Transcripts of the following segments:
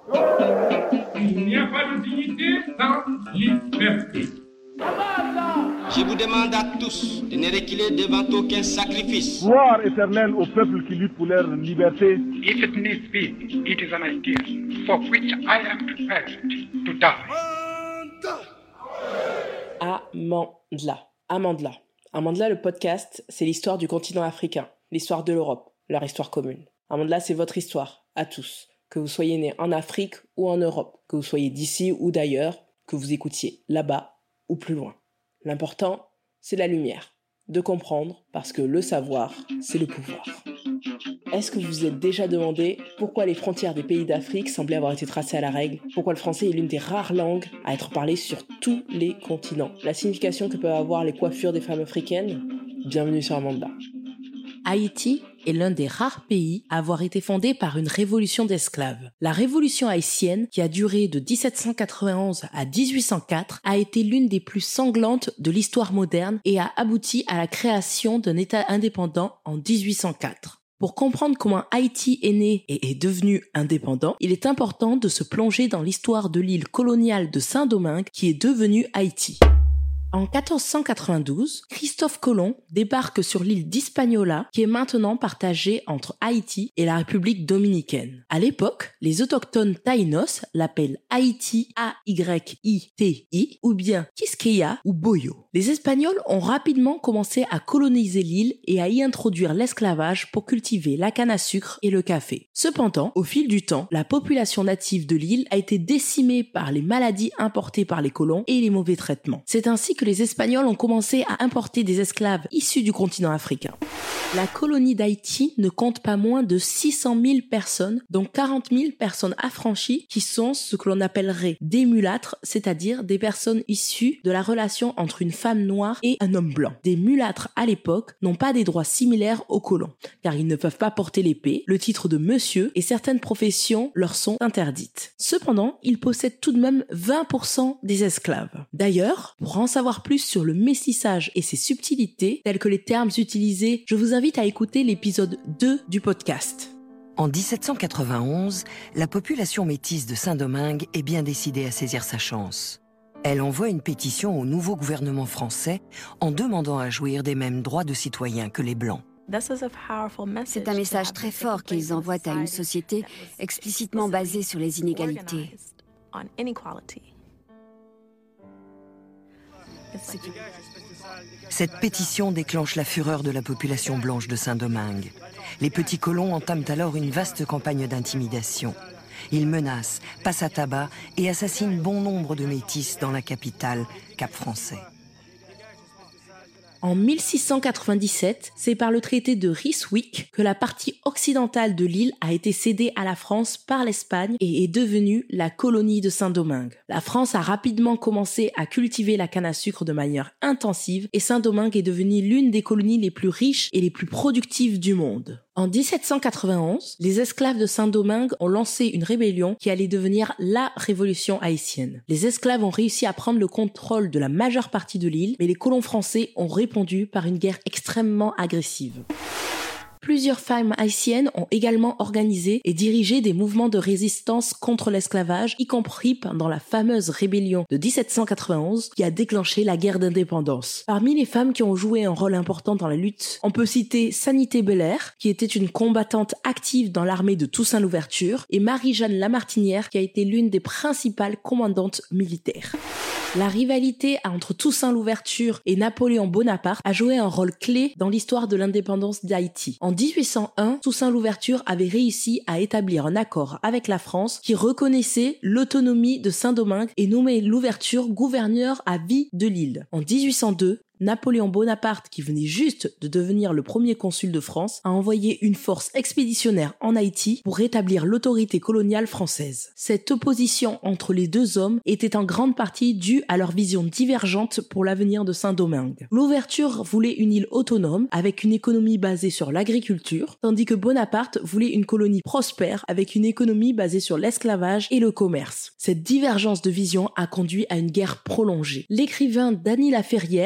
Il n'y a pas de dignité sans liberté. Je vous demande à tous de ne reculer devant aucun sacrifice. Gloire éternelle au peuple qui lutte pour leur liberté. If it needs be, it is an idea for which I am prepared to die. Amandla, le podcast, c'est l'histoire du continent africain, l'histoire de l'Europe, leur histoire commune. Amandla, c'est votre histoire, à tous. Que vous soyez né en Afrique ou en Europe, que vous soyez d'ici ou d'ailleurs, que vous écoutiez là-bas ou plus loin. L'important, c'est la lumière, de comprendre, parce que le savoir, c'est le pouvoir. Est-ce que vous vous êtes déjà demandé pourquoi les frontières des pays d'Afrique semblaient avoir été tracées à la règle? Pourquoi le français est l'une des rares langues à être parlée sur tous les continents? La signification que peuvent avoir les coiffures des femmes africaines? Bienvenue sur Amandla. Haïti est l'un des rares pays à avoir été fondé par une révolution d'esclaves. La révolution haïtienne, qui a duré de 1791 à 1804, a été l'une des plus sanglantes de l'histoire moderne et a abouti à la création d'un État indépendant en 1804. Pour comprendre comment Haïti est né et est devenu indépendant, il est important de se plonger dans l'histoire de l'île coloniale de Saint-Domingue qui est devenue Haïti. En 1492, Christophe Colomb débarque sur l'île d'Hispaniola, qui est maintenant partagée entre Haïti et la République dominicaine. À l'époque, les autochtones taïnos l'appellent Haïti, A-Y-I-T-I, ou bien Quisqueya ou Boyo. Les Espagnols ont rapidement commencé à coloniser l'île et à y introduire l'esclavage pour cultiver la canne à sucre et le café. Cependant, au fil du temps, la population native de l'île a été décimée par les maladies importées par les colons et les mauvais traitements. C'est ainsi que les Espagnols ont commencé à importer des esclaves issus du continent africain. La colonie d'Haïti ne compte pas moins de 600 000 personnes, dont 40 000 personnes affranchies qui sont ce que l'on appellerait des mulâtres, c'est-à-dire des personnes issues de la relation entre une femme noire et un homme blanc. Des mulâtres à l'époque n'ont pas des droits similaires aux colons, car ils ne peuvent pas porter l'épée, le titre de monsieur et certaines professions leur sont interdites. Cependant, ils possèdent tout de même 20% des esclaves. D'ailleurs, pour en savoir plus sur le métissage et ses subtilités, tels que les termes utilisés, je vous invite à écouter l'épisode 2 du podcast. En 1791, la population métisse de Saint-Domingue est bien décidée à saisir sa chance. Elle envoie une pétition au nouveau gouvernement français en demandant à jouir des mêmes droits de citoyens que les Blancs. C'est un message très fort qu'ils envoient à une société explicitement basée sur les inégalités. Cette pétition déclenche la fureur de la population blanche de Saint-Domingue. Les petits colons entament alors une vaste campagne d'intimidation. Ils menacent, passent à tabac et assassinent bon nombre de métis dans la capitale, Cap-Français. En 1697, c'est par le traité de Ryswick que la partie occidentale de l'île a été cédée à la France par l'Espagne et est devenue la colonie de Saint-Domingue. La France a rapidement commencé à cultiver la canne à sucre de manière intensive et Saint-Domingue est devenue l'une des colonies les plus riches et les plus productives du monde. En 1791, les esclaves de Saint-Domingue ont lancé une rébellion qui allait devenir la révolution haïtienne. Les esclaves ont réussi à prendre le contrôle de la majeure partie de l'île, mais les colons français ont répondu par une guerre extrêmement agressive. Plusieurs femmes haïtiennes ont également organisé et dirigé des mouvements de résistance contre l'esclavage, y compris pendant la fameuse rébellion de 1791 qui a déclenché la guerre d'indépendance. Parmi les femmes qui ont joué un rôle important dans la lutte, on peut citer Sanité Belair, qui était une combattante active dans l'armée de Toussaint Louverture, et Marie-Jeanne Lamartinière, qui a été l'une des principales commandantes militaires. La rivalité entre Toussaint Louverture et Napoléon Bonaparte a joué un rôle clé dans l'histoire de l'indépendance d'Haïti. En 1801, Toussaint Louverture avait réussi à établir un accord avec la France qui reconnaissait l'autonomie de Saint-Domingue et nommait Louverture gouverneur à vie de l'île. En 1802, Napoléon Bonaparte, qui venait juste de devenir le premier consul de France, a envoyé une force expéditionnaire en Haïti pour rétablir l'autorité coloniale française. Cette opposition entre les deux hommes était en grande partie due à leur vision divergente pour l'avenir de Saint-Domingue. Louverture voulait une île autonome avec une économie basée sur l'agriculture, tandis que Bonaparte voulait une colonie prospère avec une économie basée sur l'esclavage et le commerce. Cette divergence de vision a conduit à une guerre prolongée. L'écrivain Dany Laferrière, né à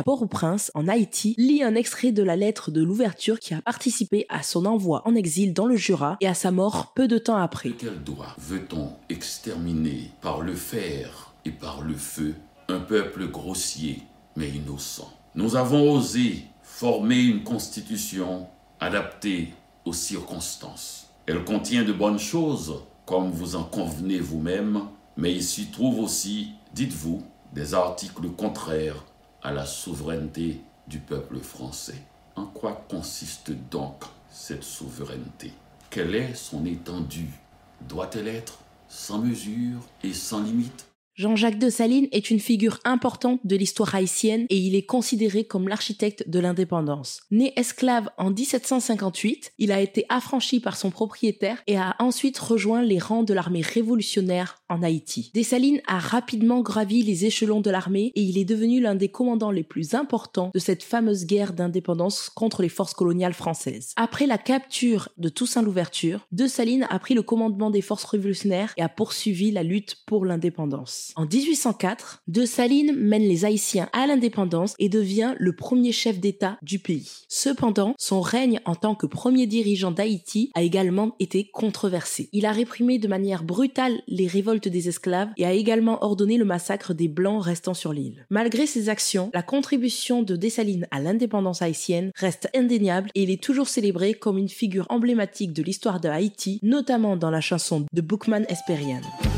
à Port-au-Prince, en Haïti, lit un extrait de la lettre de l'ouverture qui a participé à son envoi en exil dans le Jura et à sa mort peu de temps après. De quel droit veut-on exterminer par le fer et par le feu un peuple grossier mais innocent? Nous avons osé former une constitution adaptée aux circonstances. Elle contient de bonnes choses, comme vous en convenez vous-même, mais il s'y trouve aussi, dites-vous, des articles contraires à la souveraineté du peuple français. En quoi consiste donc cette souveraineté? Quelle est son étendue? Doit-elle être sans mesure et sans limite? Jean-Jacques Dessalines est une figure importante de l'histoire haïtienne et il est considéré comme l'architecte de l'indépendance. Né esclave en 1758, il a été affranchi par son propriétaire et a ensuite rejoint les rangs de l'armée révolutionnaire en Haïti. Dessalines a rapidement gravi les échelons de l'armée et il est devenu l'un des commandants les plus importants de cette fameuse guerre d'indépendance contre les forces coloniales françaises. Après la capture de Toussaint Louverture, Dessalines a pris le commandement des forces révolutionnaires et a poursuivi la lutte pour l'indépendance. En 1804, Dessalines mène les Haïtiens à l'indépendance et devient le premier chef d'État du pays. Cependant, son règne en tant que premier dirigeant d'Haïti a également été controversé. Il a réprimé de manière brutale les révoltes des esclaves et a également ordonné le massacre des Blancs restant sur l'île. Malgré ces actions, la contribution de Dessalines à l'indépendance haïtienne reste indéniable et il est toujours célébré comme une figure emblématique de l'histoire de Haïti, notamment dans la chanson de Boukman Esperian.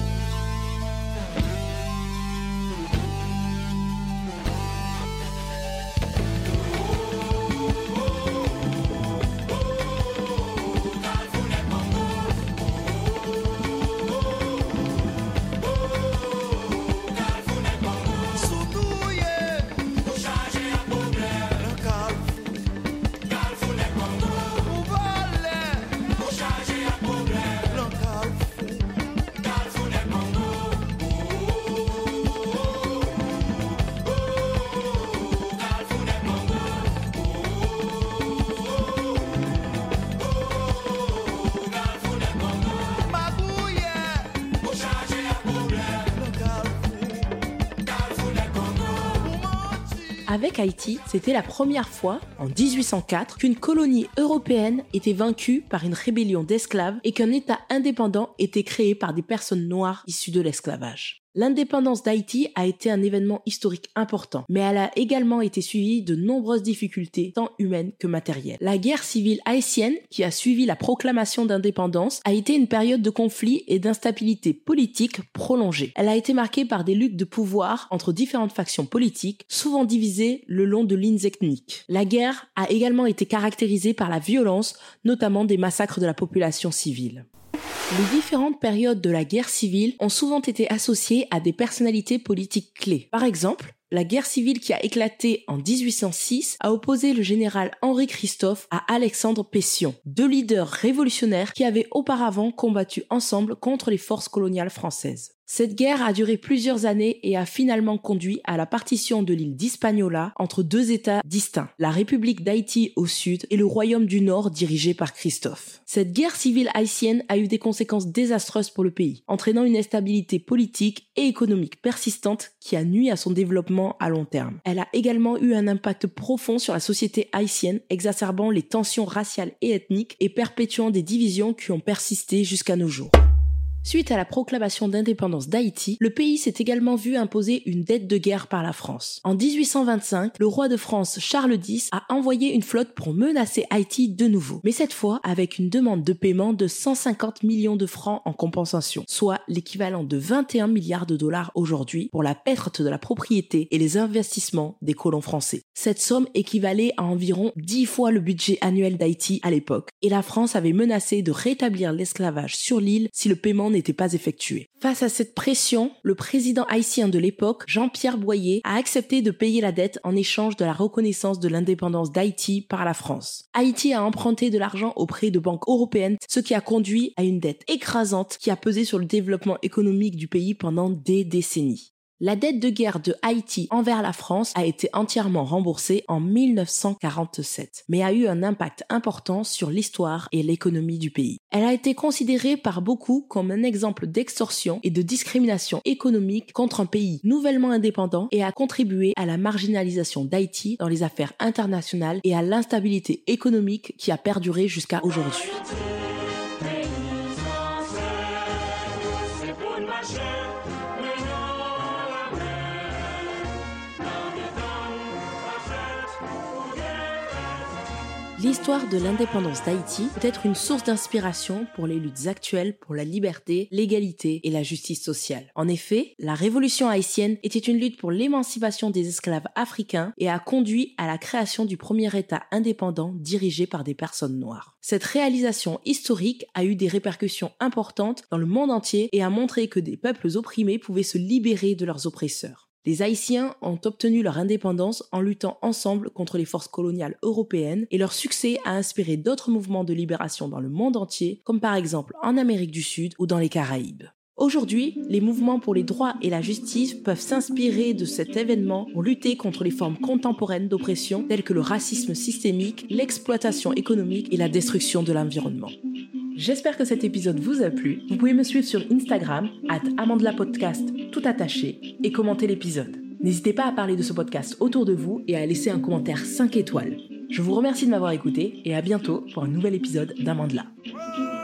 Avec Haïti, c'était la première fois, en 1804, qu'une colonie européenne était vaincue par une rébellion d'esclaves et qu'un État indépendant était créé par des personnes noires issues de l'esclavage. L'indépendance d'Haïti a été un événement historique important, mais elle a également été suivie de nombreuses difficultés, tant humaines que matérielles. La guerre civile haïtienne, qui a suivi la proclamation d'indépendance, a été une période de conflit et d'instabilité politique prolongée. Elle a été marquée par des luttes de pouvoir entre différentes factions politiques, souvent divisées le long de lignes ethniques. La guerre a également été caractérisée par la violence, notamment des massacres de la population civile. Les différentes périodes de la guerre civile ont souvent été associées à des personnalités politiques clés. Par exemple, la guerre civile qui a éclaté en 1806 a opposé le général Henri Christophe à Alexandre Pétion, deux leaders révolutionnaires qui avaient auparavant combattu ensemble contre les forces coloniales françaises. Cette guerre a duré plusieurs années et a finalement conduit à la partition de l'île d'Hispaniola entre deux États distincts, la République d'Haïti au sud et le Royaume du Nord dirigé par Christophe. Cette guerre civile haïtienne a eu des conséquences désastreuses pour le pays, entraînant une instabilité politique et économique persistante qui a nui à son développement à long terme. Elle a également eu un impact profond sur la société haïtienne, exacerbant les tensions raciales et ethniques et perpétuant des divisions qui ont persisté jusqu'à nos jours. Suite à la proclamation d'indépendance d'Haïti, le pays s'est également vu imposer une dette de guerre par la France. En 1825, le roi de France Charles X a envoyé une flotte pour menacer Haïti de nouveau, mais cette fois avec une demande de paiement de 150 millions de francs en compensation, soit l'équivalent de 21 milliards de dollars aujourd'hui pour la perte de la propriété et les investissements des colons français. Cette somme équivalait à environ 10 fois le budget annuel d'Haïti à l'époque, et la France avait menacé de rétablir l'esclavage sur l'île si le paiement n'était pas effectué. Face à cette pression, le président haïtien de l'époque, Jean-Pierre Boyer, a accepté de payer la dette en échange de la reconnaissance de l'indépendance d'Haïti par la France. Haïti a emprunté de l'argent auprès de banques européennes, ce qui a conduit à une dette écrasante qui a pesé sur le développement économique du pays pendant des décennies. La dette de guerre de Haïti envers la France a été entièrement remboursée en 1947, mais a eu un impact important sur l'histoire et l'économie du pays. Elle a été considérée par beaucoup comme un exemple d'extorsion et de discrimination économique contre un pays nouvellement indépendant et a contribué à la marginalisation d'Haïti dans les affaires internationales et à l'instabilité économique qui a perduré jusqu'à aujourd'hui. L'histoire de l'indépendance d'Haïti peut être une source d'inspiration pour les luttes actuelles pour la liberté, l'égalité et la justice sociale. En effet, la révolution haïtienne était une lutte pour l'émancipation des esclaves africains et a conduit à la création du premier État indépendant dirigé par des personnes noires. Cette réalisation historique a eu des répercussions importantes dans le monde entier et a montré que des peuples opprimés pouvaient se libérer de leurs oppresseurs. Les Haïtiens ont obtenu leur indépendance en luttant ensemble contre les forces coloniales européennes et leur succès a inspiré d'autres mouvements de libération dans le monde entier, comme par exemple en Amérique du Sud ou dans les Caraïbes. Aujourd'hui, les mouvements pour les droits et la justice peuvent s'inspirer de cet événement pour lutter contre les formes contemporaines d'oppression telles que le racisme systémique, l'exploitation économique et la destruction de l'environnement. J'espère que cet épisode vous a plu. Vous pouvez me suivre sur Instagram, @amandelapodcast, tout attaché, et commenter l'épisode. N'hésitez pas à parler de ce podcast autour de vous et à laisser un commentaire 5 étoiles. Je vous remercie de m'avoir écouté et à bientôt pour un nouvel épisode d'Amandla.